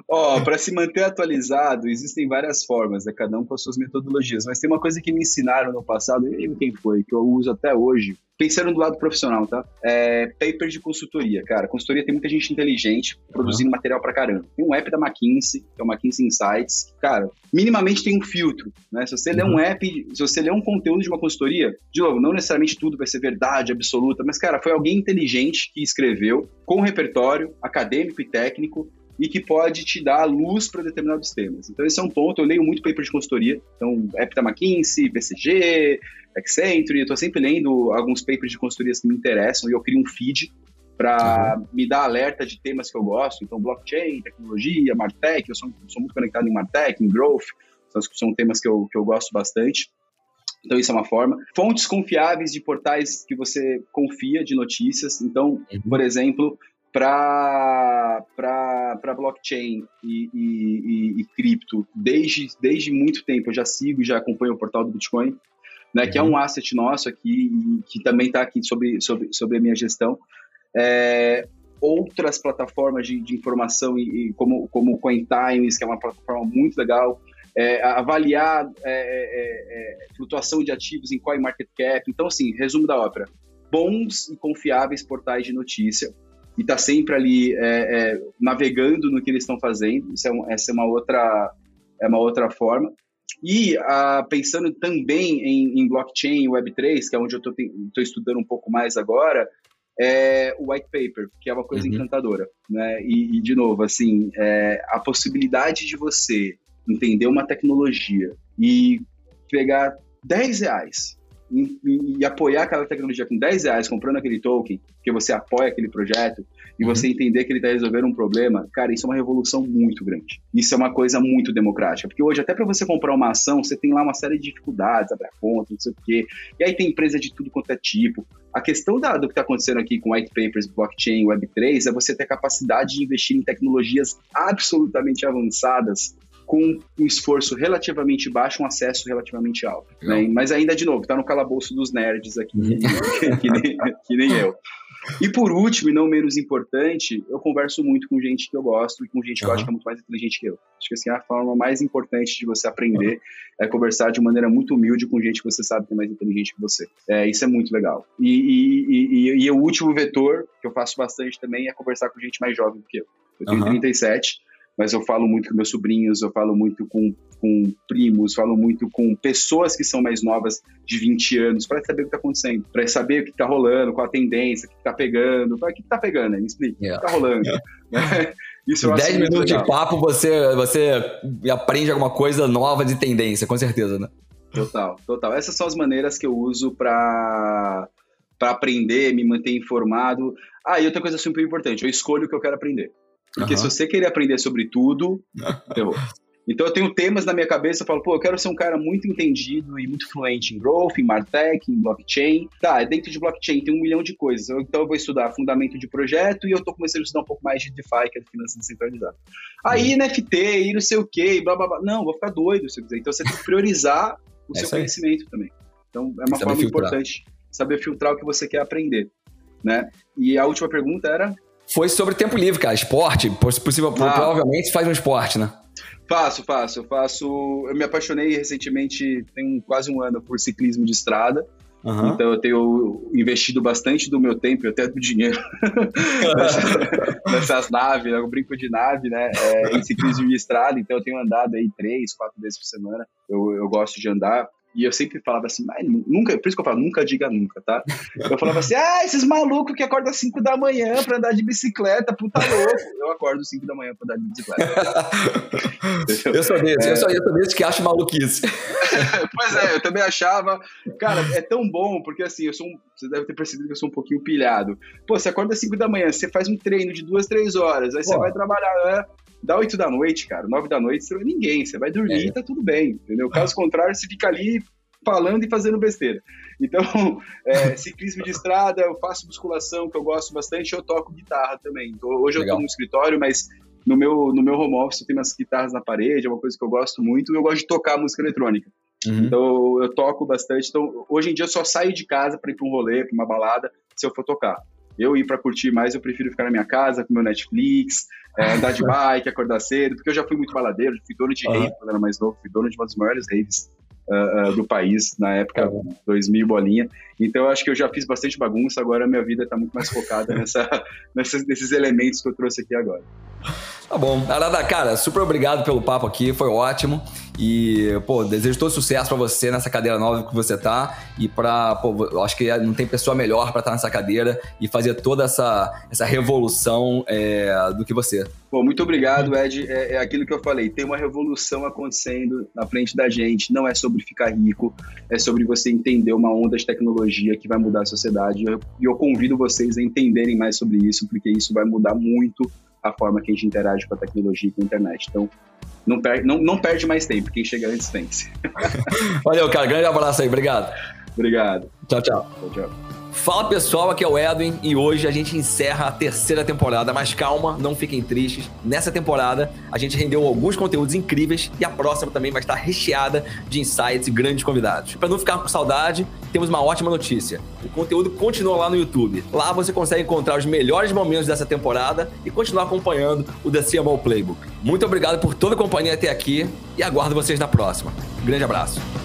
Ó, para se manter atualizado, existem várias formas, né? Cada um com as suas metodologias. Mas tem uma coisa que me ensinaram no passado, e quem foi, que eu uso até hoje, pensando do lado profissional, tá? É paper de consultoria, cara. Consultoria tem muita gente inteligente produzindo uhum. material pra caramba. Tem um app da McKinsey, que é o McKinsey Insights. Cara, minimamente tem um filtro, né? Se você uhum. ler um app, se você ler um conteúdo de uma consultoria, de novo, não necessariamente tudo vai ser verdade absoluta, mas, cara, foi alguém inteligente que escreveu com repertório acadêmico e técnico e que pode te dar luz para determinados temas. Então, esse é um ponto. Eu leio muito paper de consultoria. Então, app da McKinsey, B C G, Accenture. Eu estou sempre lendo alguns papers de consultorias que me interessam e eu crio um feed para uhum. me dar alerta de temas que eu gosto. Então, blockchain, tecnologia, Martech. Eu sou, sou muito conectado em Martech, em Growth. São, são temas que eu, que eu gosto bastante. Então, isso é uma forma. Fontes confiáveis de portais que você confia de notícias. Então, uhum. por exemplo, para blockchain e, e, e, e cripto, desde, desde muito tempo eu já sigo, já acompanho o portal do Bitcoin, né, uhum. que é um asset nosso aqui e que também está aqui sobre, sobre, sobre a minha gestão. É, outras plataformas de, de informação, e, e como, como o CoinTimes, que é uma plataforma muito legal, é, avaliar é, é, é, flutuação de ativos em CoinMarketCap. Então, assim, resumo da ópera, bons e confiáveis portais de notícia, e está sempre ali é, é, navegando no que eles estão fazendo. Isso é um, essa é uma outra, é uma outra forma. E ah, pensando também em, em blockchain e web três, que é onde eu estou estudando um pouco mais agora, é o white paper, que é uma coisa uhum. encantadora, né? E, e, de novo, assim, é, a possibilidade de você entender uma tecnologia e pegar dez reais E, e, e apoiar aquela tecnologia com dez reais, comprando aquele token, porque você apoia aquele projeto, e uhum. você entender que ele está resolvendo um problema, cara, isso é uma revolução muito grande. Isso é uma coisa muito democrática, porque hoje, até para você comprar uma ação, você tem lá uma série de dificuldades, abrir a conta, não sei o quê, e aí tem empresa de tudo quanto é tipo. A questão da, do que está acontecendo aqui com white papers, blockchain, web três, é você ter capacidade de investir em tecnologias absolutamente avançadas, com um esforço relativamente baixo, um acesso relativamente alto. Né? Mas ainda, de novo, está no calabouço dos nerds aqui, que, que, nem, que nem eu. E por último, e não menos importante, eu converso muito com gente que eu gosto e com gente que uhum. eu acho que é muito mais inteligente que eu. Acho que assim, a forma mais importante de você aprender uhum. é conversar de maneira muito humilde com gente que você sabe que é mais inteligente que você. É, isso é muito legal. E, e, e, e o último vetor, que eu faço bastante também, é conversar com gente mais jovem do que eu. Eu tenho uhum. trinta e sete, mas eu falo muito com meus sobrinhos, eu falo muito com, com primos, falo muito com pessoas que são mais novas, de vinte anos, para saber o que está acontecendo, para saber o que está rolando, qual a tendência, o que está pegando, o que está pegando, aí, me explica, yeah. o que está rolando. Isso eu acho dez minutos de papo, você, você aprende alguma coisa nova de tendência, com certeza, né? Total, total. Essas são as maneiras que eu uso para para aprender, me manter informado. Ah, e outra coisa super importante, eu escolho o que eu quero aprender. Porque uhum. se você querer aprender sobre tudo, eu... Então eu tenho temas na minha cabeça, eu falo, pô, eu quero ser um cara muito entendido e muito fluente em Growth, em Martech, em blockchain. Tá, dentro de blockchain tem um milhão de coisas. Então eu vou estudar fundamento de projeto e eu tô começando a estudar um pouco mais de DeFi, que é de finanças descentralizadas. Aí uhum. N F T, e não sei o quê, blá, blá, blá. Não, vou ficar doido se eu quiser. Então você tem que priorizar o é seu conhecimento aí. Também. Então é uma saber forma filtrar. Importante saber filtrar o que você quer aprender, né? E a última pergunta era... Foi sobre tempo livre, cara. Esporte, possível, ah. provavelmente faz um esporte, né? Faço, faço. Eu faço... Eu me apaixonei recentemente, tem quase um ano, por ciclismo de estrada. Uhum. Então eu tenho investido bastante do meu tempo e até do dinheiro nessas, nessas naves, né? Eu brinco de nave, né? É, em ciclismo de estrada. Então eu tenho andado aí três, quatro vezes por semana. Eu, eu gosto de andar. E eu sempre falava assim, mas nunca, por isso que eu falo, nunca diga nunca, tá? Eu falava assim, ah, esses malucos que acordam às cinco da manhã pra andar de bicicleta, puta louco. Eu acordo às cinco da manhã pra andar de bicicleta. eu sou desse, é... eu, sou, eu sou desse que acho maluquice. Pois é, eu também achava. Cara, é tão bom, porque assim, eu sou um, você deve ter percebido que eu sou um pouquinho pilhado. Pô, você acorda às cinco da manhã, você faz um treino de duas, três horas, aí Pô. Você vai trabalhar, né? Dá oito da noite, cara, nove da noite, você não é ninguém, você vai dormir e é. Tá tudo bem, entendeu? Caso contrário, você fica ali falando e fazendo besteira. Então, é, ciclismo de estrada, eu faço musculação, que eu gosto bastante, eu toco guitarra também. Então, hoje Legal. Eu tô no escritório, mas no meu, no meu home office eu tenho umas guitarras na parede, é uma coisa que eu gosto muito, e eu gosto de tocar música eletrônica. Uhum. Então, eu toco bastante. Então, hoje em dia eu só saio de casa para ir para um rolê, para uma balada, se eu for tocar. Eu ir para curtir mais, eu prefiro ficar na minha casa com meu Netflix, é, andar de bike, acordar cedo, porque eu já fui muito baladeiro, fui dono de rave quando era mais novo, fui dono de uma das maiores raves uh, uh, do país, na época, uhum. dois mil bolinha. Então eu acho que eu já fiz bastante bagunça, agora a minha vida está muito mais focada nessa, nessas, nesses elementos que eu trouxe aqui agora. Tá bom. Arada, cara, super obrigado pelo papo aqui, foi ótimo. E, pô, desejo todo sucesso pra você nessa cadeira nova que você tá. E pra, pô, eu acho que não tem pessoa melhor pra estar nessa cadeira e fazer toda essa, essa revolução é, do que você. Pô, muito obrigado, Ed. É, é aquilo que eu falei, tem uma revolução acontecendo na frente da gente. Não é sobre ficar rico, é sobre você entender uma onda de tecnologia que vai mudar a sociedade. E eu, eu convido vocês a entenderem mais sobre isso, porque isso vai mudar muito a forma que a gente interage com a tecnologia e com a internet. Então, não perde, não, não perde mais tempo. Quem chega antes, vence. Valeu, cara. Grande abraço aí. Obrigado. Obrigado. Tchau, tchau. Tchau, tchau. Fala, pessoal. Aqui é o Edwin e hoje a gente encerra a terceira temporada. Mas calma, não fiquem tristes. Nessa temporada, a gente rendeu alguns conteúdos incríveis e a próxima também vai estar recheada de insights e grandes convidados. Para não ficar com saudade, temos uma ótima notícia. O conteúdo continua lá no YouTube. Lá você consegue encontrar os melhores momentos dessa temporada e continuar acompanhando o The C M O Playbook. Muito obrigado por toda a companhia até aqui e aguardo vocês na próxima. Grande abraço.